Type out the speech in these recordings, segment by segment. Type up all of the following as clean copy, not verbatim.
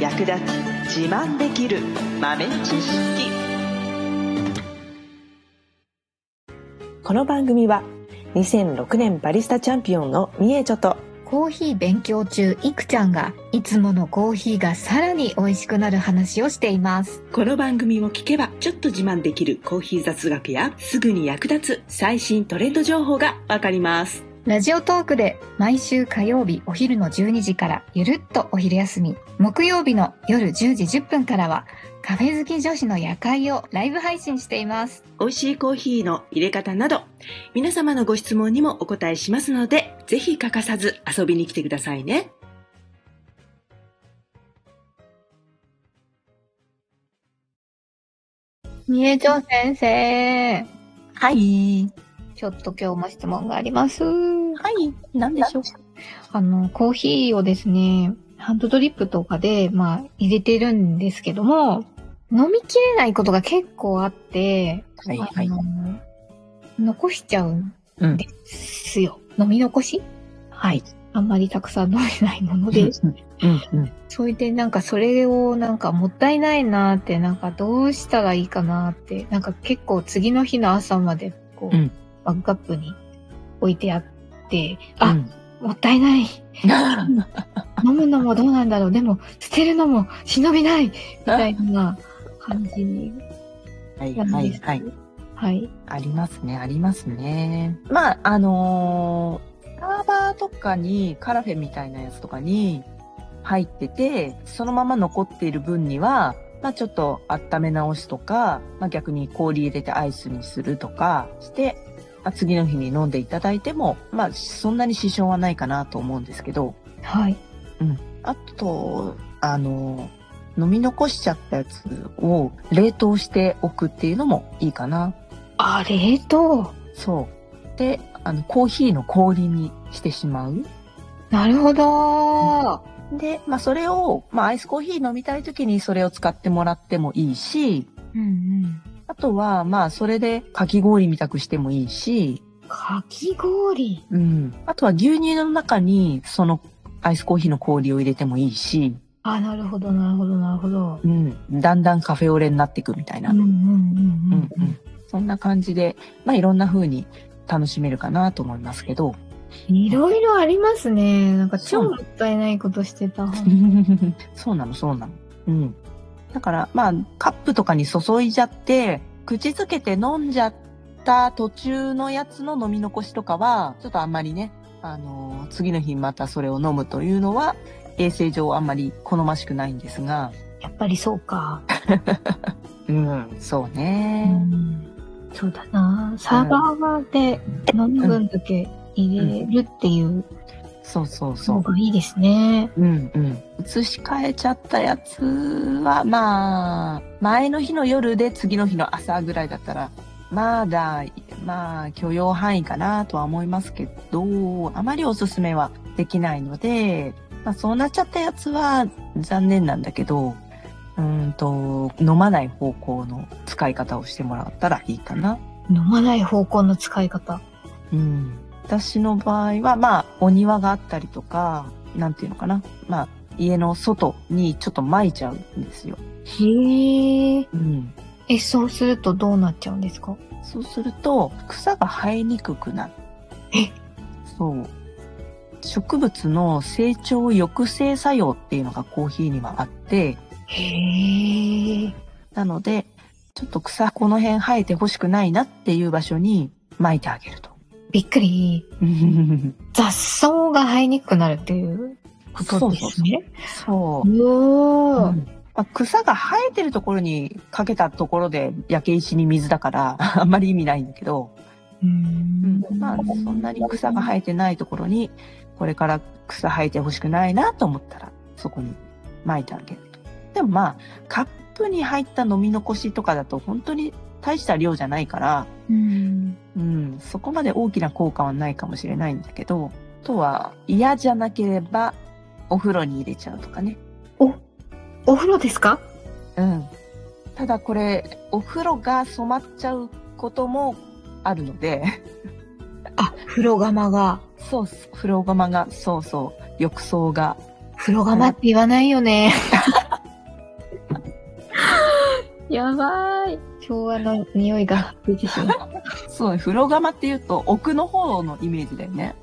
役立つ自慢できる豆知識。この番組は2006年バリスタチャンピオンのみえちょとコーヒー勉強中いくちゃんがいつものコーヒーがさらに美味しくなる話をしています。 この番組を聞けばちょっと自慢できるコーヒー雑学やすぐに役立つ最新トレンド情報がわかります。 ラジオトークで毎週火曜日お昼の12時からゆるっとお昼休み、木曜日の夜10時10分からはカフェ好き女子の夜会をライブ配信しています。 美味しいコーヒーの入れ方など皆様のご質問にもお答えしますので、ぜひ欠かさず遊びに来てくださいね。 みえちょ先生。 はい。 ちょっと今日も質問があります。 はい。何でしょうか。 コーヒーをですね、ハンドドリップとかで、入れてるんですけども、飲みきれないことが結構あって、 はいはい。 残しちゃうんですよ。飲み残し？はい。あんまりたくさん飲めないもので。それでそれをもったいないなーって、どうしたらいいかなーって、結構次の日の朝までバックアップに置いてあって、もったいない。飲むのもどうなんだろう。でも捨てるのも忍びないみたいな感じに。 はいはいはい。 はい。 ありますね、ありますね。スターバーとかにカラフェみたいなやつとかに入ってて、そのまま残っている分には、ちょっと温め直しとか、逆に氷入れてアイスにするとかして、次の日に飲んでいただいても、そんなに支障はないかなと思うんですけど。 はい。 あと、飲み残しちゃったやつを冷凍しておくっていうのもいいかな。 冷凍？ そう。で、コーヒーの氷にしてしまう。 なるほど。 で、それを、アイスコーヒー飲みたい時にそれを使ってもらってもいいし、あとは、それでかき氷みたくしてもいいし。 かき氷？ あとは牛乳の中にそのアイスコーヒーの氷を入れてもいいし。 なるほど、なるほど、なるほど。 だんだんカフェオレになっていくみたいな。そんな感じで、いろんな風に楽しめるかなと思いますけど。 いろいろありますね。超もったいないことしてた。 そうなの、そうなの。だから、カップとかに注いじゃって、口づけて飲んじゃった途中のやつの飲み残しとかは、ちょっとあんまりね、次の日またそれを飲むというのは、衛生上あんまり好ましくないんですが。 やっぱりそうか。 そうね。 そうだな。サーバーで飲む分だけ入れるっていう。 そうそうそう。 がいいですね。 移し替えちゃったやつは、前の日の夜で次の日の朝ぐらいだったら、まだ、許容範囲かなとは思いますけど、あまりおすすめはできないので、そうなっちゃったやつは残念なんだけど、飲まない方向の使い方をしてもらったらいいかな。 飲まない方向の使い方。 私の場合は、お庭があったりとか、なんていうのかな。家の外にちょっと撒いちゃうんですよ。 へえ。そうするとどうなっちゃうんですか？ そうすると、草が生えにくくなる。そう。植物の成長抑制作用っていうのがコーヒーにはあって、なので、ちょっと草この辺生えてほしくないなっていう場所に撒いてあげると。 びっくり。雑草が生えにくくなるっていうことですね。 そう。草が生えてるところにかけたところで焼け石に水だからあんまり意味ないんだけど、そんなに草が生えてないところにこれから草生えてほしくないなと思ったらそこに撒いてあげると。でもカップに入った飲み残しとかだと本当に大した量じゃないから、そこまで大きな効果はないかもしれないんだけど、あとは嫌じゃなければお風呂に入れちゃうとかね。 お風呂ですか？ ただこれお風呂が染まっちゃうこともあるので風呂釜が。 そう、風呂釜が、浴槽が。 風呂釜って言わないよね。 やばい。昭和の匂いが出てしまう。 そう、風呂釜っていうと奥の方のイメージだよね。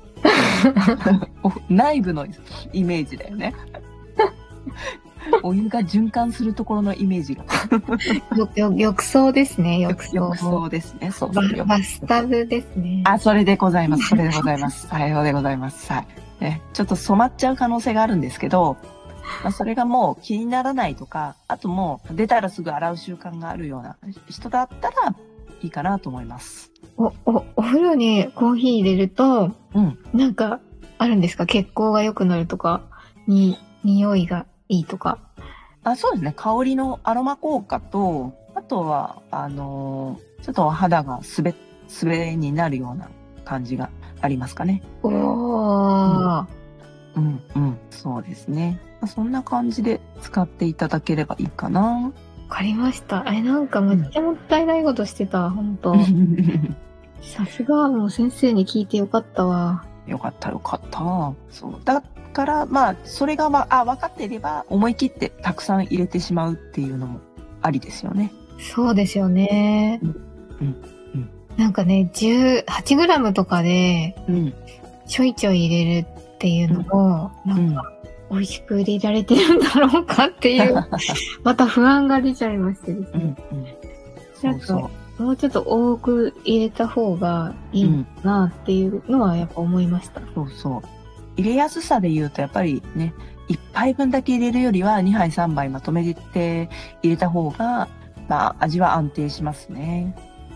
内部のイメージだよね。お湯が循環するところのイメージが。 浴槽ですね、浴槽。 浴槽ですね、そう。 バスタブですね。 あ、それでございます。それでございます。さようでございます。はい。ね、ちょっと染まっちゃう可能性があるんですけど、まあ、それがもう気にならないとか、あともう出たらすぐ洗う習慣があるような人だったらいいかなと思います。 お風呂にコーヒー入れると、 うん。 なんかあるんですか？血行が良くなるとか、匂いがいいとか。 あ、そうですね。香りのアロマ効果と、あとは、ちょっとお肌がすべになるような感じがありますかね。 おー。 そうですね。そんな感じで使っていただければいいかな。 わかりました。なんかめっちゃもったいないことしてた、本当さすが、もう先生に聞いてよかったわ。 よかった。そう。だから、まあ、それが分かっていれば、思い切ってたくさん入れてしまうっていうのもありですよね。 そうですよね。なんかね、18g とかで、ちょいちょい入れるっていうのも、なんか、美味しく入れられてるんだろうかっていう、また不安が出ちゃいましてですね。もうちょっと多く入れた方がいいなっていうのはやっぱ思いました。 そう。入れやすさで言うとやっぱりね、1杯分だけ入れるよりは2杯3杯まとめて入れた方が、まあ味は安定しますね。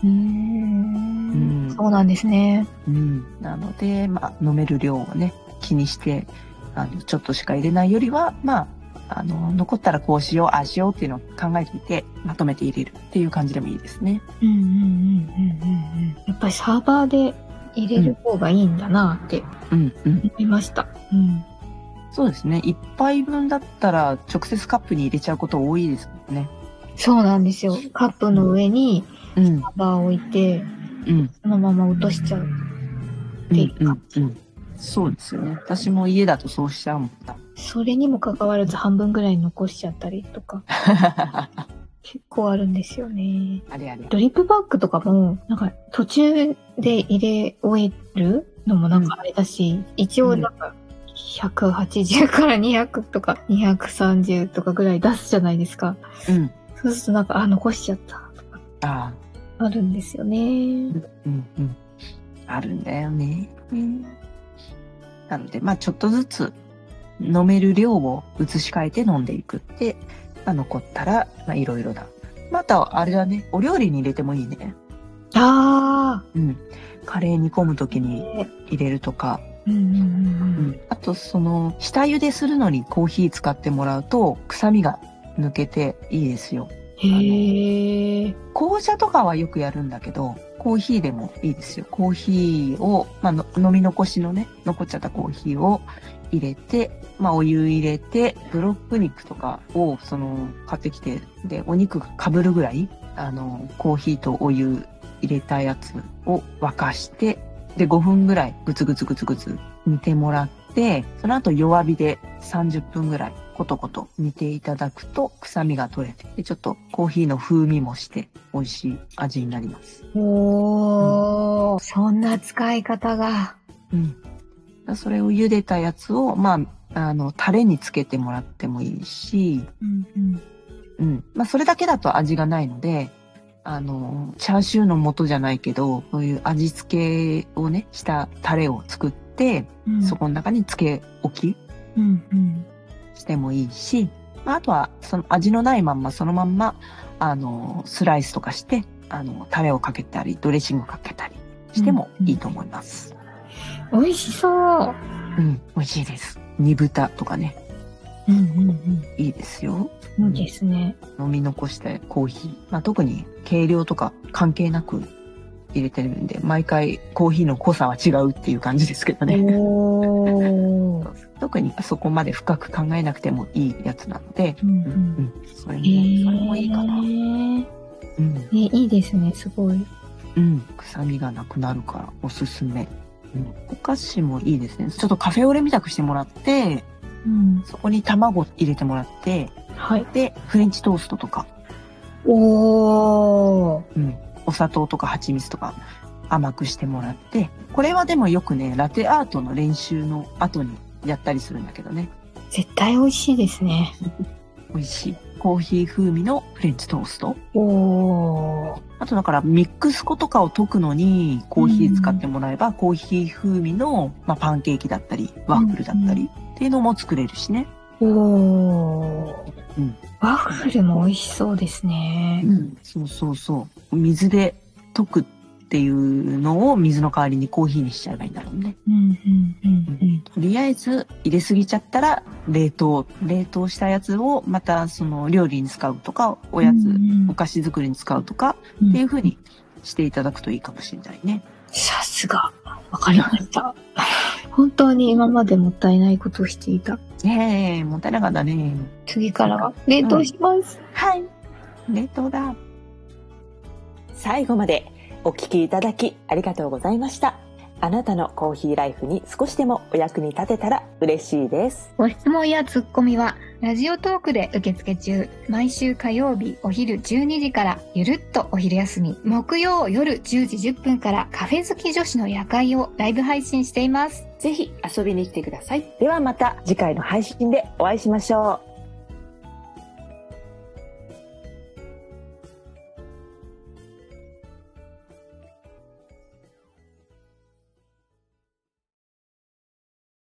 そうなんですね。 なので、まあ飲める量をね、気にして、ちょっとしか入れないよりは、まあ、残ったらこうしよう、ああしようっていうのを考えていて、まとめて入れるっていう感じでもいいですね。 やっぱりサーバーで入れる方がいいんだなって思いました。 そうですね。1杯分だったら直接カップに入れちゃうこと多いですもんね。 そうなんですよ。カップの上にサーバーを置いて、そのまま落としちゃうっていう感じ。 そうですよね。私も家だとそうしちゃうもんな。 それにもかかわらず半分ぐらい残しちゃったりとか。結構あるんですよね。ドリップバッグとかも、なんか途中で入れ終えるのもなんかあれだし、一応なんか180から200とか230とかぐらい出すじゃないですか。そうするとなんか、残しちゃったとか。あるんですよね。 あるんだよね。なので、まあちょっとずつ飲める量を移し替えて飲んでいくって、まあ、残ったら、まあいろいろだ。また、あれだね、お料理に入れてもいいね。カレー煮込むときに入れるとか。あと、下茹でするのにコーヒー使ってもらうと、臭みが抜けていいですよ。紅茶とかはよくやるんだけど、コーヒーでもいいですよ。コーヒーを、まあ、飲み残しのね、残っちゃったコーヒーを入れて、まあ、お湯入れて、ブロック肉とかを、買ってきて、で、お肉が被るぐらい、コーヒーとお湯入れたやつを沸かして、で、5分ぐらいグツグツ煮てもらって、その後弱火で30分ぐらいコトコト煮ていただくと臭みが取れて、でちょっとコーヒーの風味もして美味しい味になります。 そんな使い方が。 それを茹でたやつを、まあ、タレにつけてもらってもいいし、まあ、それだけだと味がないので、チャーシューの素じゃないけど、そういう味付けをね、したタレを作って、そこの中につけ置きしてもいいし、あとは、その味のないまんま、そのまんま、スライスとかして、タレをかけたり、ドレッシングかけたりしてもいいと思います。 美味しそう。 美味しいです。煮豚とかね。いいですよ。 いいですね。 飲み残したコーヒー。まあ、特に計量とか関係なく入れてるんで、毎回コーヒーの濃さは違うっていう感じですけどね。特にそこまで深く考えなくてもいいやつなので、それもいいかな。 いいですね、すごい。 臭みがなくなるからおすすめ。お菓子もいいですね。ちょっとカフェオレみたくしてもらって、そこに卵入れてもらって、で、フレンチトーストとかおー。 うん。お砂糖とか蜂蜜とか甘くしてもらって、これはでもよくね、ラテアートの練習の後にやったりするんだけどね。 絶対美味しいですね。 美味しい。コーヒー風味のフレンチトースト。 おー。 あとだからミックス粉とかを溶くのにコーヒー使ってもらえば、コーヒー風味の、パンケーキだったり、ワッフルだったりっていうのも作れるしね。 おー。うん。ワッフルも美味しそうですね。 うん。そうそうそう。水で溶くっていうのを水の代わりにコーヒーにしちゃえばいいんだろうね。とりあえず入れすぎちゃったら冷凍したやつをまたその料理に使うとか、おやつ、お菓子作りに使うとかっていう風にしていただくといいかもしれないね。 さすが。わかりました。本当に今までもったいないことをしていた。 もったいなかったね。 次からは冷凍します。 はい。冷凍だ。 最後までお聞きいただきありがとうございました。あなたのコーヒーライフに少しでもお役に立てたら嬉しいです。 ご質問やツッコミはラジオトークで受付中。毎週火曜日お昼12時からゆるっとお昼休み、木曜夜10時10分からカフェ好き女子の夜会をライブ配信しています。 ぜひ遊びに来てください。ではまた次回の配信でお会いしましょう。